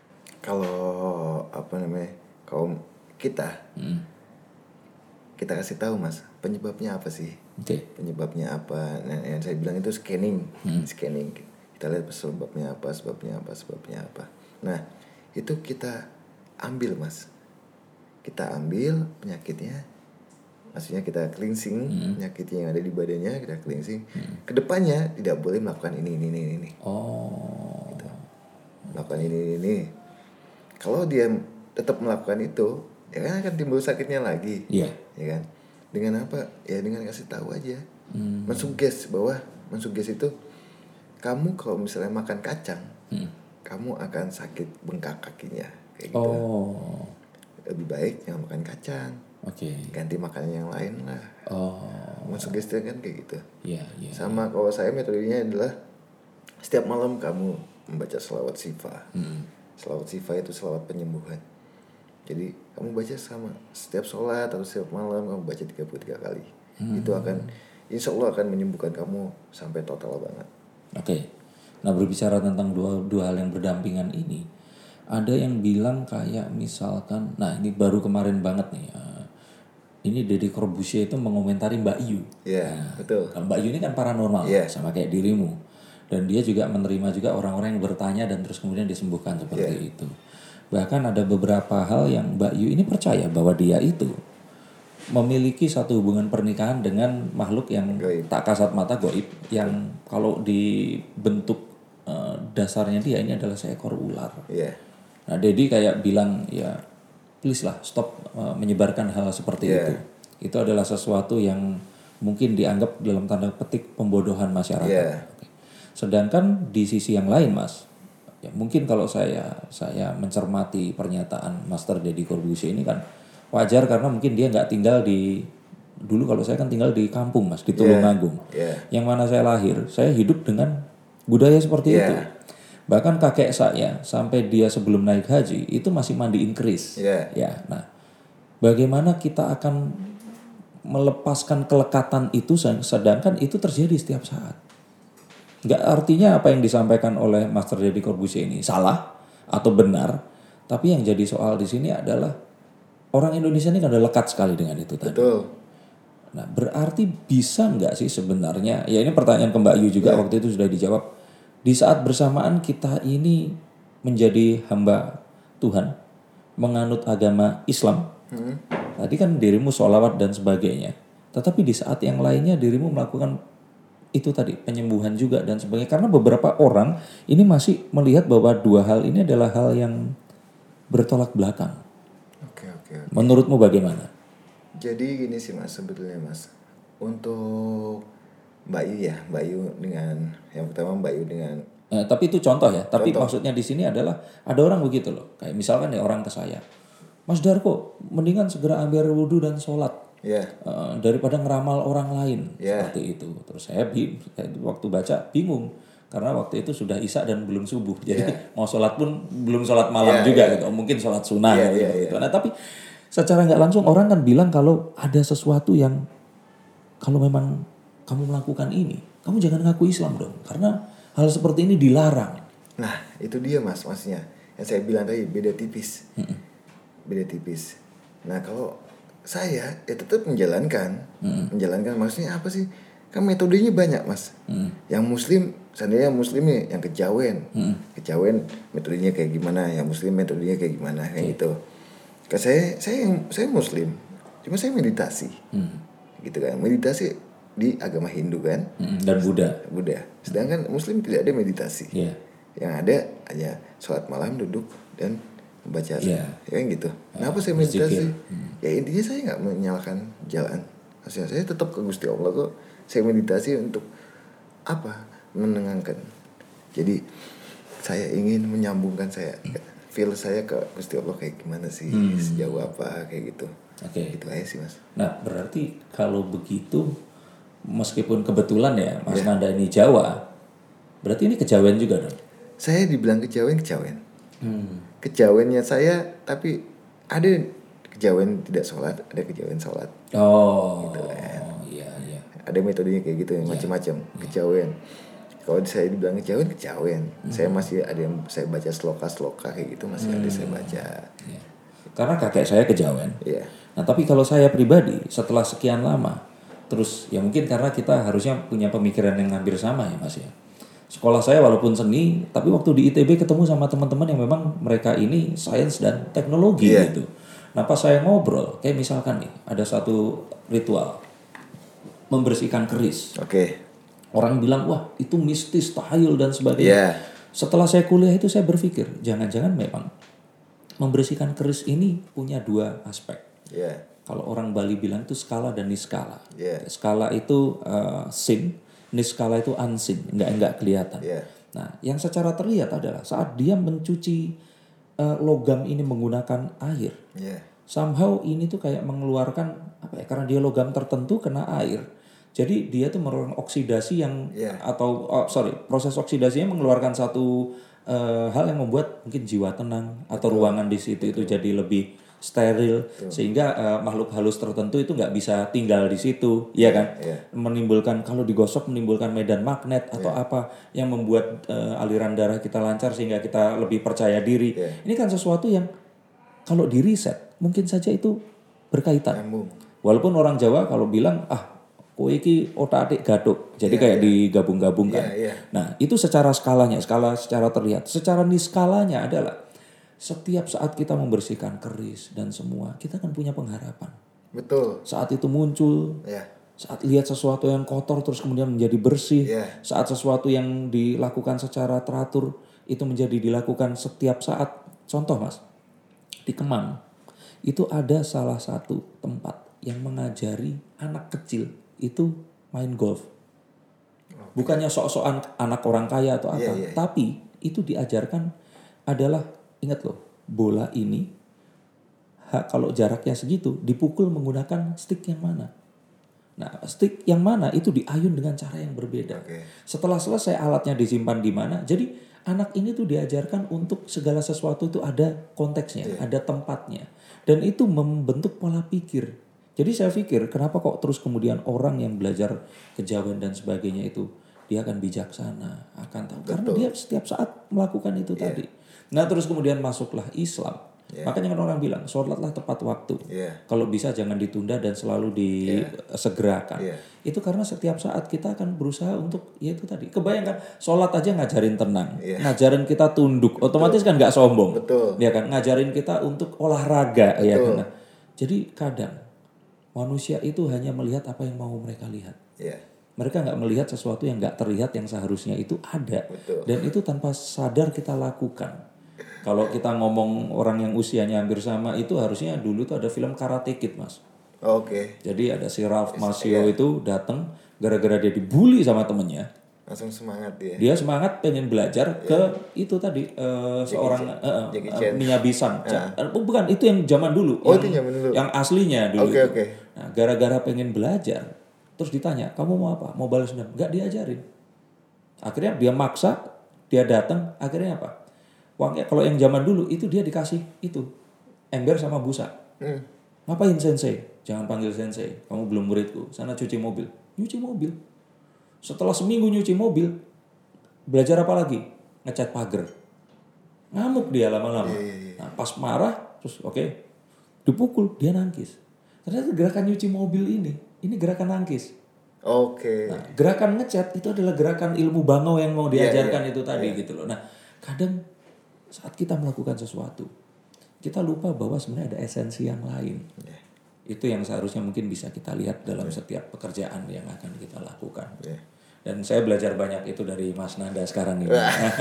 Kalau kaum kita, kita kasih tahu mas, penyebabnya apa sih? Oke. Penyebabnya apa? Nah, yang saya bilang itu scanning. Kita lihat sebabnya apa. Nah, itu kita ambil mas. Kita ambil penyakitnya, maksudnya kita cleansing penyakitnya yang ada di badannya, kita cleansing. Kedepannya tidak boleh melakukan ini. Oh. Gitu. Melakukan ini. Kalau dia tetap melakukan itu, ya kan akan timbul sakitnya lagi. Iya. Ya kan? Dengan apa? Ya dengan kasih tahu aja. Mensuges itu, kamu kalau misalnya makan kacang, kamu akan sakit bengkak kakinya, kayak gitu. Oh. Lebih baik jangan makan kacang. Oke. Ganti makanan yang lain lah. Oh. Sugesti kan kayak gitu. Iya. Sama kalau saya metodenya adalah setiap malam kamu membaca selawat Syifa. Selawat Syifa itu selawat penyembuhan. Jadi kamu baca sama setiap sholat atau setiap malam kamu baca 33 kali. Itu akan, insya Allah akan menyembuhkan kamu sampai total banget. Oke. Nah berbicara tentang dua hal yang berdampingan ini, ada yang bilang kayak misalkan, nah ini baru kemarin banget nih, ini Deddy Corbuzier itu mengomentari Mbak Yu. Iya, betul. Kalau Mbak Yu ini kan paranormal, sama kayak dirimu. Dan dia juga menerima juga orang-orang yang bertanya dan terus kemudian disembuhkan seperti itu. Bahkan ada beberapa hal yang Mbak Yu ini percaya bahwa dia itu memiliki satu hubungan pernikahan dengan makhluk yang Gaib. tak kasat mata gaib, yang kalau dibentuk dasarnya dia ini adalah seekor ular. Iya. Nah Deddy kayak bilang ya please lah stop menyebarkan hal seperti itu. Itu adalah sesuatu yang mungkin dianggap dalam tanda petik pembodohan masyarakat. Oke. Sedangkan di sisi yang lain mas, ya mungkin kalau saya mencermati pernyataan Master Deddy Corbuzier ini kan wajar karena mungkin dia nggak tinggal dulu kalau saya kan tinggal di kampung mas, di Tulungagung. Yang mana saya lahir, saya hidup dengan budaya seperti itu. Bahkan kakek saya sampai dia sebelum naik haji itu masih mandiin keris. Ya, nah, bagaimana kita akan melepaskan kelekatan itu sedangkan itu terjadi setiap saat? Nggak artinya apa yang disampaikan oleh Master Deddy Corbuzier ini salah atau benar, tapi yang jadi soal di sini adalah orang Indonesia ini kan udah lekat sekali dengan itu tadi. Betul. Nah, berarti bisa nggak sih sebenarnya? Ya ini pertanyaan ke Mbak Yu juga waktu itu sudah dijawab. Di saat bersamaan kita ini menjadi hamba Tuhan, menganut agama Islam. Tadi kan dirimu sholawat dan sebagainya. Tetapi di saat yang lainnya dirimu melakukan itu tadi, penyembuhan juga dan sebagainya. Karena beberapa orang ini masih melihat bahwa dua hal ini adalah hal yang bertolak belakang. Oke. Menurutmu bagaimana? Jadi gini sih mas, sebetulnya mas. Untuk Mbak Yu ya, Mbak Yu dengan yang pertama Mbak Yu dengan Tapi itu contoh ya. Tapi Contoh. maksudnya di sini adalah ada orang begitu loh. Kayak misalkan ya orang ke saya, Mas Darko, mendingan segera ambil wudhu dan sholat ya, daripada ngeramal orang lain Ya. seperti itu. Terus saya waktu baca bingung karena waktu itu sudah isya dan belum subuh. Jadi mau sholat pun belum sholat malam Ya, juga gitu. Mungkin sholat sunnah Ya, gitu, ya, gitu. Nah tapi secara nggak langsung orang kan bilang kalau ada sesuatu yang kalau memang kamu melakukan ini, kamu jangan ngaku Islam dong. Karena hal seperti ini dilarang. Nah itu dia maksudnya yang saya bilang tadi, beda tipis. Beda tipis. Nah kalau saya ya tetap menjalankan. Menjalankan maksudnya apa sih? Kan metodenya banyak mas. Yang muslim, seandainya muslim nih yang kejawen. Kejawen metodenya kayak gimana, yang muslim metodenya kayak gimana, kayak gitu. Saya muslim, cuma saya meditasi. Gitu kan, meditasi di agama Hindu kan. Dan Buddha. Sedangkan muslim tidak ada meditasi. Iya. Yang ada hanya sholat malam, duduk dan membaca. Iya. Ya kan gitu. Kenapa saya meditasi? Ya intinya saya nggak menyalahkan jalan. Maksudnya saya tetap ke Gusti Allah kok. Saya meditasi untuk apa? Menenangkan. Jadi saya ingin menyambungkan feel saya ke Gusti Allah kayak gimana sih, sejauh apa kayak gitu. Oke. Itu aja sih mas. Nah berarti kalau begitu, meskipun kebetulan ya Mas Nanda ini Jawa, berarti ini kejawen juga dong? Saya dibilang kejawen. Kejawennya saya, tapi ada kejawen tidak sholat, ada kejawen sholat. Oh, iya. Ada metodenya kayak gitu yang macam-macam. Kejawen. Kalau saya dibilang kejawen. Saya masih ada yang saya baca sloka kayak gitu, masih ada saya baca. Iya. Karena kakek saya kejawen. Iya. Nah tapi kalau saya pribadi setelah sekian lama, terus ya mungkin karena kita harusnya punya pemikiran yang hampir sama ya mas ya. Sekolah saya walaupun seni, tapi waktu di ITB ketemu sama teman-teman yang memang mereka ini sains dan teknologi gitu. Nah pas saya ngobrol, kayak misalkan nih ada satu ritual membersihkan keris. Oke. Orang bilang wah itu mistis, tahayul dan sebagainya. Setelah saya kuliah itu saya berpikir jangan-jangan memang membersihkan keris ini punya dua aspek. Kalau orang Bali bilang itu skala dan niskala. Skala itu seen, niskala itu unseen, enggak kelihatan. Nah, yang secara terlihat adalah saat dia mencuci logam ini menggunakan air. Somehow ini tuh kayak mengeluarkan apa ya? Karena dia logam tertentu kena air. Jadi dia tuh mengeluarkan oksidasi yang proses oksidasinya mengeluarkan satu hal yang membuat mungkin jiwa tenang atau ruangan di situ itu jadi lebih steril sehingga makhluk halus tertentu itu nggak bisa tinggal di situ, ya kan? Menimbulkan kalau digosok menimbulkan medan magnet atau apa yang membuat aliran darah kita lancar sehingga kita lebih percaya diri. Ini kan sesuatu yang kalau di riset mungkin saja itu berkaitan. Walaupun orang Jawa kalau bilang kowe iki otak-atik gathuk. Jadi kayak digabung-gabungkan. Nah, itu secara skalanya, secara terlihat. Secara niskalanya adalah setiap saat kita membersihkan keris dan semua, kita kan punya pengharapan. Betul. Saat itu muncul, saat lihat sesuatu yang kotor terus kemudian menjadi bersih, saat sesuatu yang dilakukan secara teratur itu menjadi dilakukan setiap saat. Contoh Mas, di Kemang itu ada salah satu tempat yang mengajari anak kecil itu main golf. Bukannya sok-sokan anak orang kaya atau apa, tapi itu diajarkan adalah ingat loh, bola ini kalau jaraknya segitu dipukul menggunakan stick yang mana. Nah, stick yang mana itu diayun dengan cara yang berbeda. Setelah selesai alatnya disimpan di mana. Jadi anak ini tuh diajarkan untuk segala sesuatu itu ada konteksnya, ada tempatnya. Dan itu membentuk pola pikir. Jadi saya pikir kenapa kok terus kemudian orang yang belajar kejawen dan sebagainya itu dia akan bijaksana, akan tahu. Karena dia setiap saat melakukan itu tadi. Nah terus kemudian masuklah Islam. Makanya kan orang bilang sholatlah tepat waktu. Kalau bisa jangan ditunda dan selalu disegerakan. Itu karena setiap saat kita akan berusaha untuk ya itu tadi. Kebayangkan sholat aja ngajarin tenang, ngajarin kita tunduk. Otomatis kan nggak sombong. Ya kan ngajarin kita untuk olahraga. Ya kan. Nah, jadi kadang manusia itu hanya melihat apa yang mau mereka lihat. Mereka nggak melihat sesuatu yang nggak terlihat yang seharusnya itu ada. Dan itu tanpa sadar kita lakukan. Kalau kita ngomong orang yang usianya hampir sama itu harusnya dulu tuh ada film Karate Kid Mas. Oke. Jadi ada si Ralph Macchio itu datang gara-gara dia dibully sama temennya. Langsung semangat dia. Dia semangat pengen belajar ke itu tadi seorang Miyabi-san. Bukan, itu yang zaman dulu. Oh, itu zaman dulu. Yang aslinya dulu. Oke. Nah, gara-gara pengen belajar, terus ditanya, "Kamu mau apa? Mau balas dendam?" Enggak diajarin. Akhirnya dia maksa, dia datang, akhirnya apa? Uangnya kalau yang zaman dulu itu dia dikasih itu ember sama busa. Ngapain sensei? Jangan panggil sensei, kamu belum muridku. Sana cuci mobil. Nyuci mobil. Setelah seminggu nyuci mobil, belajar apa lagi? Ngecat pagar. Ngamuk dia lama-lama. Nah, pas marah, terus dipukul, dia nangkis. Ternyata gerakan nyuci mobil ini gerakan nangkis. Oke. Nah, gerakan ngecat itu adalah gerakan ilmu bangau yang mau diajarkan itu tadi gitu loh. Nah, kadang saat kita melakukan sesuatu, kita lupa bahwa sebenarnya ada esensi yang lain. Itu yang seharusnya mungkin bisa kita lihat dalam setiap pekerjaan yang akan kita lakukan. Dan saya belajar banyak itu dari Mas Nanda sekarang ini.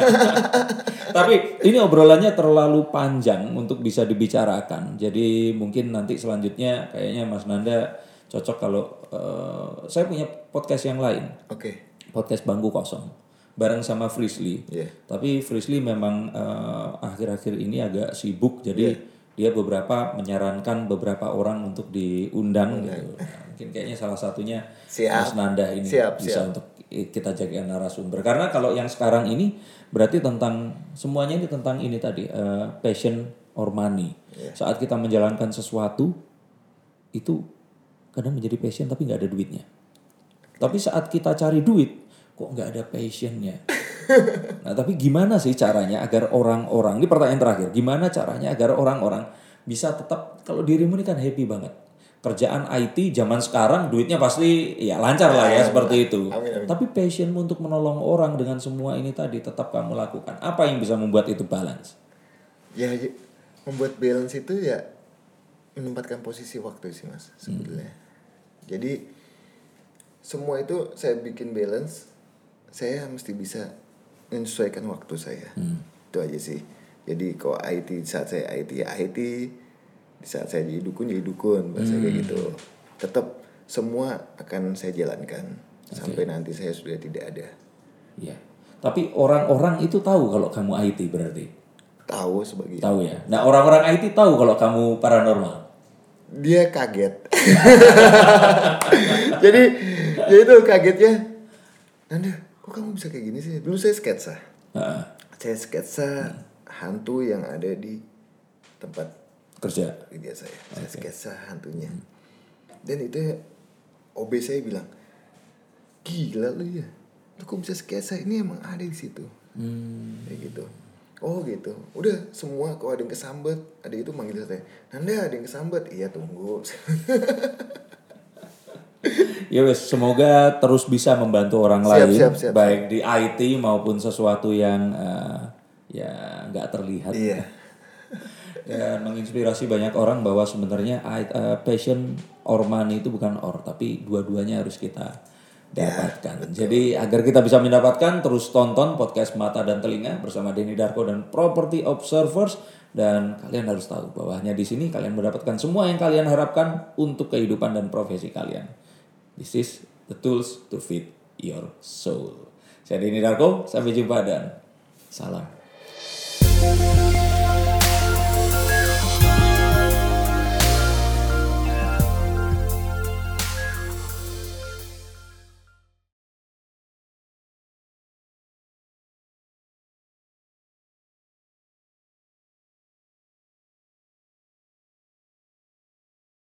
Tapi ini obrolannya terlalu panjang untuk bisa dibicarakan. Jadi mungkin nanti selanjutnya kayaknya Mas Nanda cocok kalau saya punya podcast yang lain. Podcast Bangku Kosong bareng sama Frisley. Tapi Frisley memang akhir-akhir ini agak sibuk, jadi dia menyarankan beberapa orang untuk diundang gitu. Nah, mungkin kayaknya salah satunya Mas Nanda ini bisa untuk kita jaga narasumber. Karena kalau yang sekarang ini berarti semuanya ini tentang ini tadi, passion or money. Saat kita menjalankan sesuatu itu kadang menjadi passion tapi nggak ada duitnya. Tapi saat kita cari duit kok nggak ada passionnya. Nah, tapi gimana sih caranya agar orang-orang, ini pertanyaan terakhir, gimana caranya agar orang-orang bisa tetap, kalau dirimu ini kan happy banget. Kerjaan IT zaman sekarang duitnya pasti ya lancar lah ya seperti itu. Amin. Tapi passionmu untuk menolong orang dengan semua ini tadi tetap kamu lakukan. Apa yang bisa membuat itu balance? Ya, membuat balance itu ya menempatkan posisi waktu sih Mas sebetulnya. Jadi semua itu saya bikin balance, saya mesti bisa menyesuaikan waktu saya. Itu aja sih. Jadi kalau IT, saat saya IT ya IT, di saat saya jadi dukun bahasa kayak gitu. Tetap semua akan saya jalankan sampai nanti saya sudah tidak ada. Iya. Tapi orang-orang itu tahu kalau kamu IT berarti. Tahu sebagian. Tahu ya. Nah, orang-orang IT tahu kalau kamu paranormal. Dia kaget. Jadi ya itu kagetnya. Nanda, kok kamu bisa kayak gini sih? Dulu saya sketsa. Saya sketsa hantu yang ada di tempat kerja saya. Saya sketsa hantunya. Dan itu OB saya bilang, gila lu ya. Lu kok bisa sketsa? Ini emang ada di situ. Kayak gitu. Oh gitu. Udah semua kalau ada yang kesambet, ada itu manggil saya. Nanda, ada yang kesambet. Iya, tunggu. Ya wes, semoga terus bisa membantu orang lain, siap. baik di IT maupun sesuatu yang ya nggak terlihat. Iya. Dan menginspirasi banyak orang bahwa sebenarnya passion or money itu bukan tapi dua-duanya harus kita dapatkan. Jadi agar kita bisa mendapatkan, terus tonton podcast Mata dan Telinga bersama Denny Darko dan Property Observers, dan kalian harus tahu bahwa hanya di sini kalian mendapatkan semua yang kalian harapkan untuk kehidupan dan profesi kalian. This is the tools to feed your soul. Saya Denny Darko, sampai jumpa dan salam.